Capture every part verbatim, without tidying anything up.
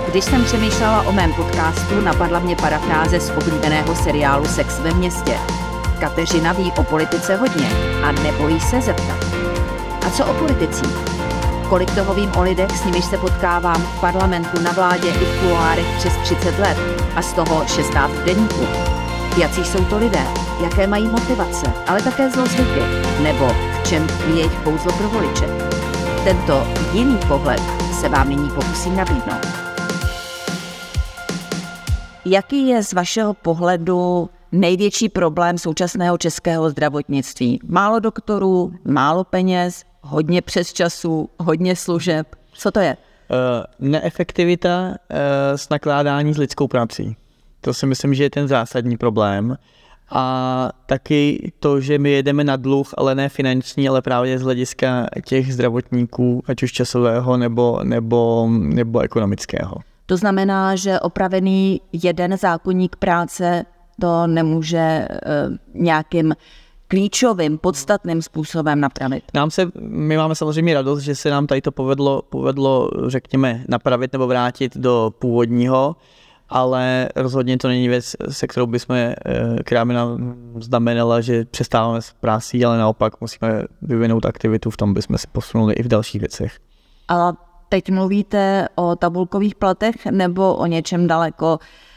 Když jsem přemýšlela o mém podcastu, napadla mě parafráze z oblíbeného seriálu Sex ve městě. Kateřina ví o politice hodně a nebojí se zeptat. A co o politicích? Kolik toho vím o lidech, s nimiž se potkávám v parlamentu, na vládě i v kuloárech přes třicet let a z toho šestnáct v deníku. Jací jsou to lidé, jaké mají motivace, ale také zlozvyky, nebo v čem je jejich kouzlo pro voliče. Tento jiný pohled se vám nyní pokusím nabídnout. Jaký je z vašeho pohledu největší problém současného českého zdravotnictví? Málo doktorů, málo peněz, hodně přesčasů, hodně služeb. Co to je? Uh, neefektivita uh, s nakládání s lidskou prací. To si myslím, že je ten zásadní problém. A taky to, že my jedeme na dluh, ale ne finanční, ale právě z hlediska těch zdravotníků, ať už časového nebo, nebo, nebo ekonomického. To znamená, že opravený jeden zákoník práce to nemůže uh, nějakým klíčovým, podstatným způsobem napravit. Nám se, my máme samozřejmě radost, že se nám tady to povedlo, povedlo, řekněme, napravit nebo vrátit do původního, ale rozhodně to není věc, se kterou bychom, která by nám znamenala, že přestáváme s prací, ale naopak musíme vyvinout aktivitu v tom, bychom se posunuli i v dalších věcech. Ale teď mluvíte o tabulkových platech nebo o něčem daleko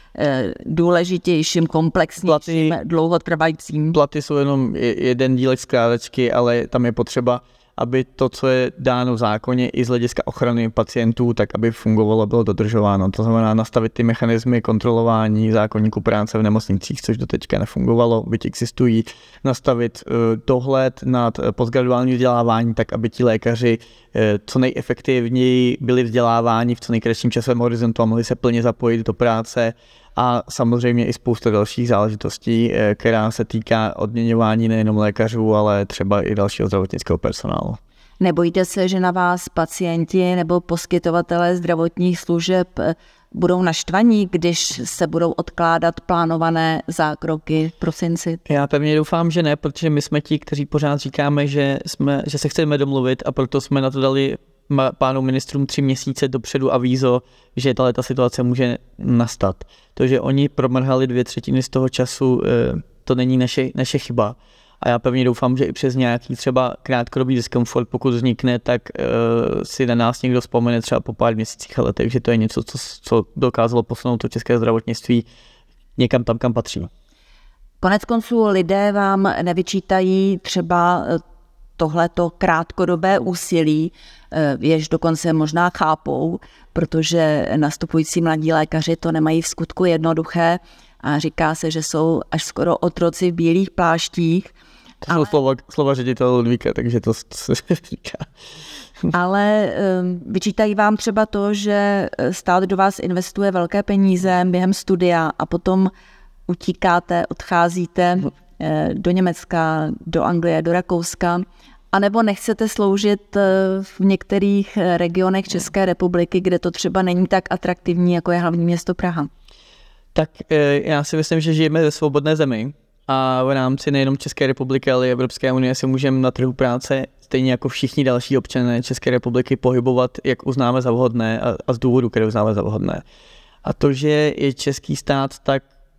důležitějším, komplexnějším, platy, dlouhotrvajícím? Platy jsou jenom jeden dílek skládačky, ale tam je potřeba, aby to, co je dáno v zákoně i z hlediska ochrany pacientů, tak aby fungovalo, bylo dodržováno. To znamená nastavit ty mechanismy kontrolování zákoníku práce v nemocnicích, což doteďka nefungovalo, byť existují, nastavit dohled nad postgraduální vzdělávání, tak aby ti lékaři co nejefektivněji byli vzděláváni v co nejkratším časovém horizontu a mohli se plně zapojit do práce. A samozřejmě i spousta dalších záležitostí, která se týká odměňování nejenom lékařů, ale třeba i dalšího zdravotnického personálu. Nebojíte se, že na vás pacienti nebo poskytovatelé zdravotních služeb budou naštvaní, když se budou odkládat plánované zákroky v prosinci? Já pevně doufám, že ne, protože my jsme ti, kteří pořád říkáme, že, jsme, že se chceme domluvit a proto jsme na to dali pánu ministrům tři měsíce dopředu avízo, že tato situace může nastat. To, že oni promrhali dvě třetiny z toho času, to není naše, naše chyba. A já pevně doufám, že i přes nějaký třeba krátkodobý diskomfort, pokud vznikne, tak uh, si na nás někdo vzpomene třeba po pár měsících a letech, že to je něco, co, co dokázalo posunout to české zdravotnictví někam tam, kam patří. Konec konců lidé vám nevyčítají třeba tohleto krátkodobé úsilí, jež dokonce možná chápou, protože nastupující mladí lékaři to nemají v skutku jednoduché a říká se, že jsou až skoro otroci v bílých pláštích. To ale... jsou slova, slova ředitele Ludvíka, takže to, to se říká. Ale vyčítají vám třeba to, že stát do vás investuje velké peníze během studia a potom utíkáte, odcházíte do Německa, do Anglie, do Rakouska, anebo nechcete sloužit v některých regionech České republiky, kde to třeba není tak atraktivní, jako je hlavní město Praha? Tak já si myslím, že žijeme ve svobodné zemi a v rámci nejenom České republiky, ale i Evropské unie si můžeme na trhu práce stejně jako všichni další občané České republiky pohybovat, jak uznáme za vhodné a, a z důvodu, které uznáme za vhodné. A to, že je český stát tak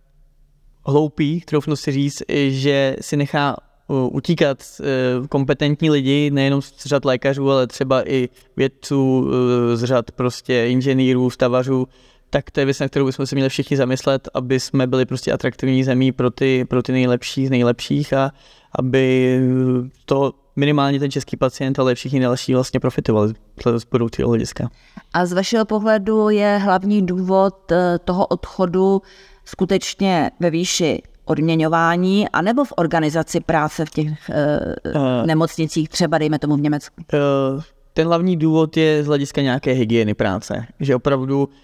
hloupý, troufnu si říct, že si nechá utíkat kompetentní lidi, nejenom z řad lékařů, ale třeba i vědců, z řad prostě inženýrů, stavařů, tak to je věc, na kterou bychom se měli všichni zamyslet, aby jsme byli prostě atraktivní zemí pro ty, pro ty nejlepší z nejlepších a aby to minimálně ten český pacient, ale všichni další vlastně profitovali z budoucího hlediska. A z vašeho pohledu je hlavní důvod toho odchodu skutečně ve výši odměňování, anebo v organizaci práce v těch uh, uh, nemocnicích, třeba dejme tomu v Německu? Uh, ten hlavní důvod je z hlediska nějaké hygieny práce, že opravdu uh,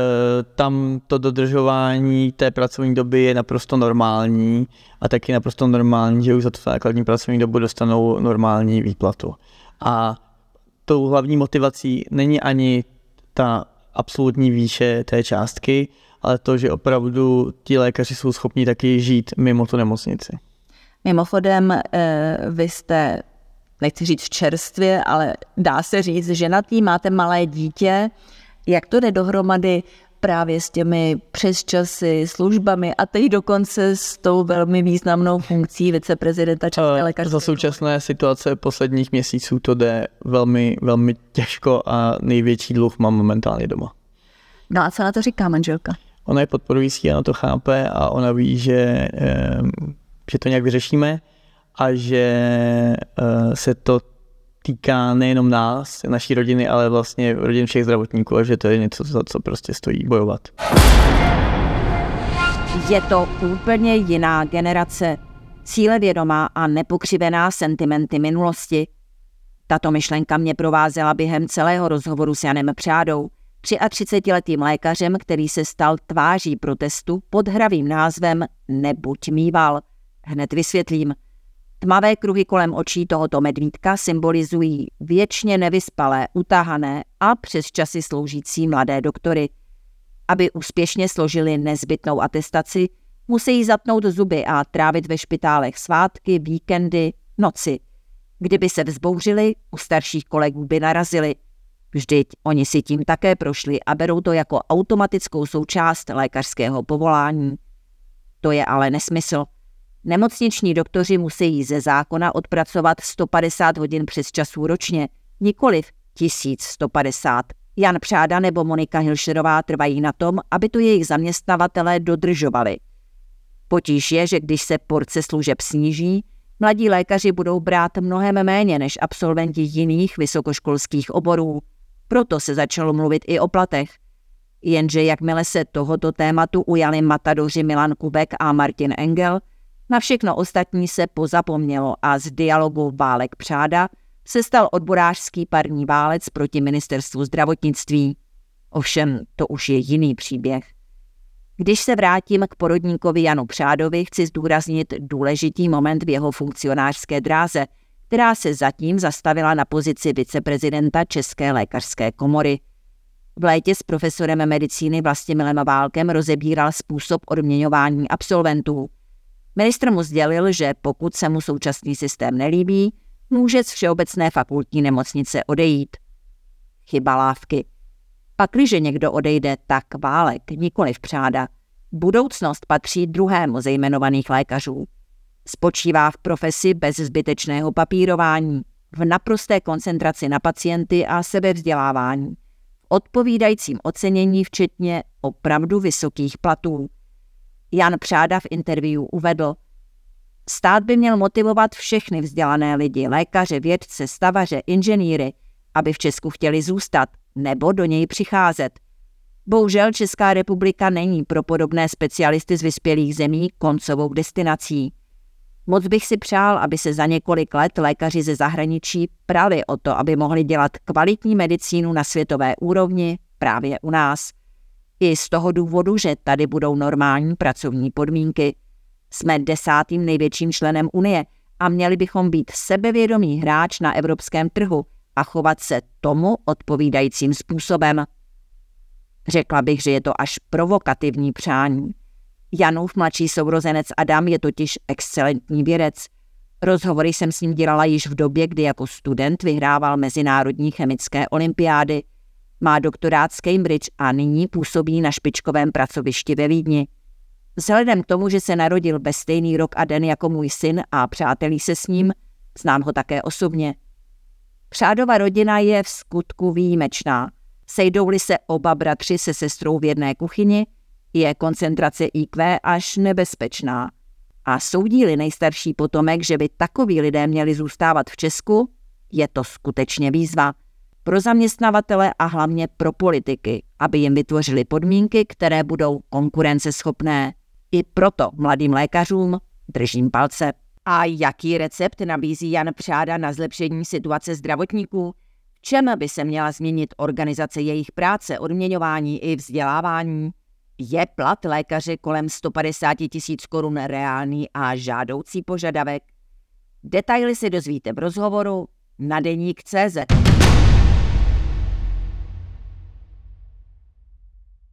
tam to dodržování té pracovní doby je naprosto normální a taky naprosto normální, že už za tu základní pracovní dobu dostanou normální výplatu. A tou hlavní motivací není ani ta absolutní výše té částky, ale to, že opravdu ti lékaři jsou schopni taky žít mimo tu nemocnici. Mimochodem, vy jste, nechci říct čerstvě, ale dá se říct, ženatý, máte malé dítě. Jak to jde dohromady právě s těmi přesčasy, službami a teď dokonce s tou velmi významnou funkcí viceprezidenta České lékařské Za současné situace posledních měsíců to jde velmi, velmi těžko a největší dluh mám momentálně doma. No a co na to říká manželka? Ona je podporující, ona to chápe a ona ví, že, že to nějak vyřešíme a že se to týká nejenom nás, naší rodiny, ale vlastně rodin všech zdravotníků a že to je něco, za co prostě stojí bojovat. Je to úplně jiná generace, cílevědomá a nepokřivená sentimenty minulosti. Tato myšlenka mě provázela během celého rozhovoru s Janem Přádou, třiatřicetiletým lékařem, který se stal tváří protestu pod hravým názvem Nebuď mýval. Hned vysvětlím. Tmavé kruhy kolem očí tohoto medvídka symbolizují věčně nevyspalé, utahané a přesčasy sloužící mladé doktory. Aby úspěšně složili nezbytnou atestaci, musí zatnout zuby a trávit ve špitálech svátky, víkendy, noci. Kdyby se vzbouřili, u starších kolegů by narazili. Vždyť oni si tím také prošli a berou to jako automatickou součást lékařského povolání. To je ale nesmysl. Nemocniční doktoři musí ze zákona odpracovat sto padesát hodin přesčasů ročně, nikoliv tisíc sto padesát. Jan Přáda nebo Monika Hilšerová trvají na tom, aby to jejich zaměstnavatelé dodržovali. Potíž je, že když se porce služeb sníží, mladí lékaři budou brát mnohem méně než absolventi jiných vysokoškolských oborů. Proto se začalo mluvit i o platech. Jenže jakmile se tohoto tématu ujali matadoři Milan Kubek a Martin Engel, na všechno ostatní se pozapomnělo a z dialogu Válek Přáda se stal odborářský parní válec proti ministerstvu zdravotnictví. Ovšem, to už je jiný příběh. Když se vrátím k porodníkovi Janu Přádovi, chci zdůraznit důležitý moment v jeho funkcionářské dráze, která se zatím zastavila na pozici viceprezidenta České lékařské komory. V létě s profesorem medicíny Vlastimilem Válkem rozebíral způsob odměňování absolventů. Ministr mu sdělil, že pokud se mu současný systém nelíbí, může z Všeobecné fakultní nemocnice odejít. Chyba lávky. Pakliže někdo odejde, tak Válek, nikoliv Přáda. Budoucnost patří druhému ze jmenovaných lékařů. Spočívá v profesi bez zbytečného papírování, v naprosté koncentraci na pacienty a sebevzdělávání, v odpovídajícím ocenění včetně opravdu vysokých platů. Jan Přáda v interview uvedl: stát by měl motivovat všechny vzdělané lidi, lékaře, vědce, stavaře, inženýry, aby v Česku chtěli zůstat nebo do něj přicházet. Bohužel Česká republika není pro podobné specialisty z vyspělých zemí koncovou destinací. Moc bych si přál, aby se za několik let lékaři ze zahraničí prali o to, aby mohli dělat kvalitní medicínu na světové úrovni právě u nás. I z toho důvodu, že tady budou normální pracovní podmínky. Jsme desátým největším členem Unie a měli bychom být sebevědomý hráč na evropském trhu a chovat se tomu odpovídajícím způsobem. Řekla bych, že je to až provokativní přání. Janův mladší sourozenec Adam je totiž excelentní vědec. Rozhovory jsem s ním dělala již v době, kdy jako student vyhrával mezinárodní chemické olympiády. Má doktorát z Cambridge a nyní působí na špičkovém pracovišti ve Vídni. Vzhledem k tomu, že se narodil ve stejný rok a den jako můj syn a přátelí se s ním, znám ho také osobně. Přádova rodina je v skutku výjimečná. Sejdou-li se oba bratři se sestrou v jedné kuchyni, je koncentrace í kvé až nebezpečná. A soudí-li nejstarší potomek, že by takoví lidé měli zůstávat v Česku, je to skutečně výzva. Pro zaměstnavatele a hlavně pro politiky, aby jim vytvořili podmínky, které budou konkurenceschopné. I proto mladým lékařům držím palce. A jaký recept nabízí Jan Přáda na zlepšení situace zdravotníků? V čem by se měla změnit organizace jejich práce, odměňování i vzdělávání? Je plat lékaře kolem sto padesát tisíc korun reálný a žádoucí požadavek? Detaily si dozvíte v rozhovoru na deník tečka cé zet.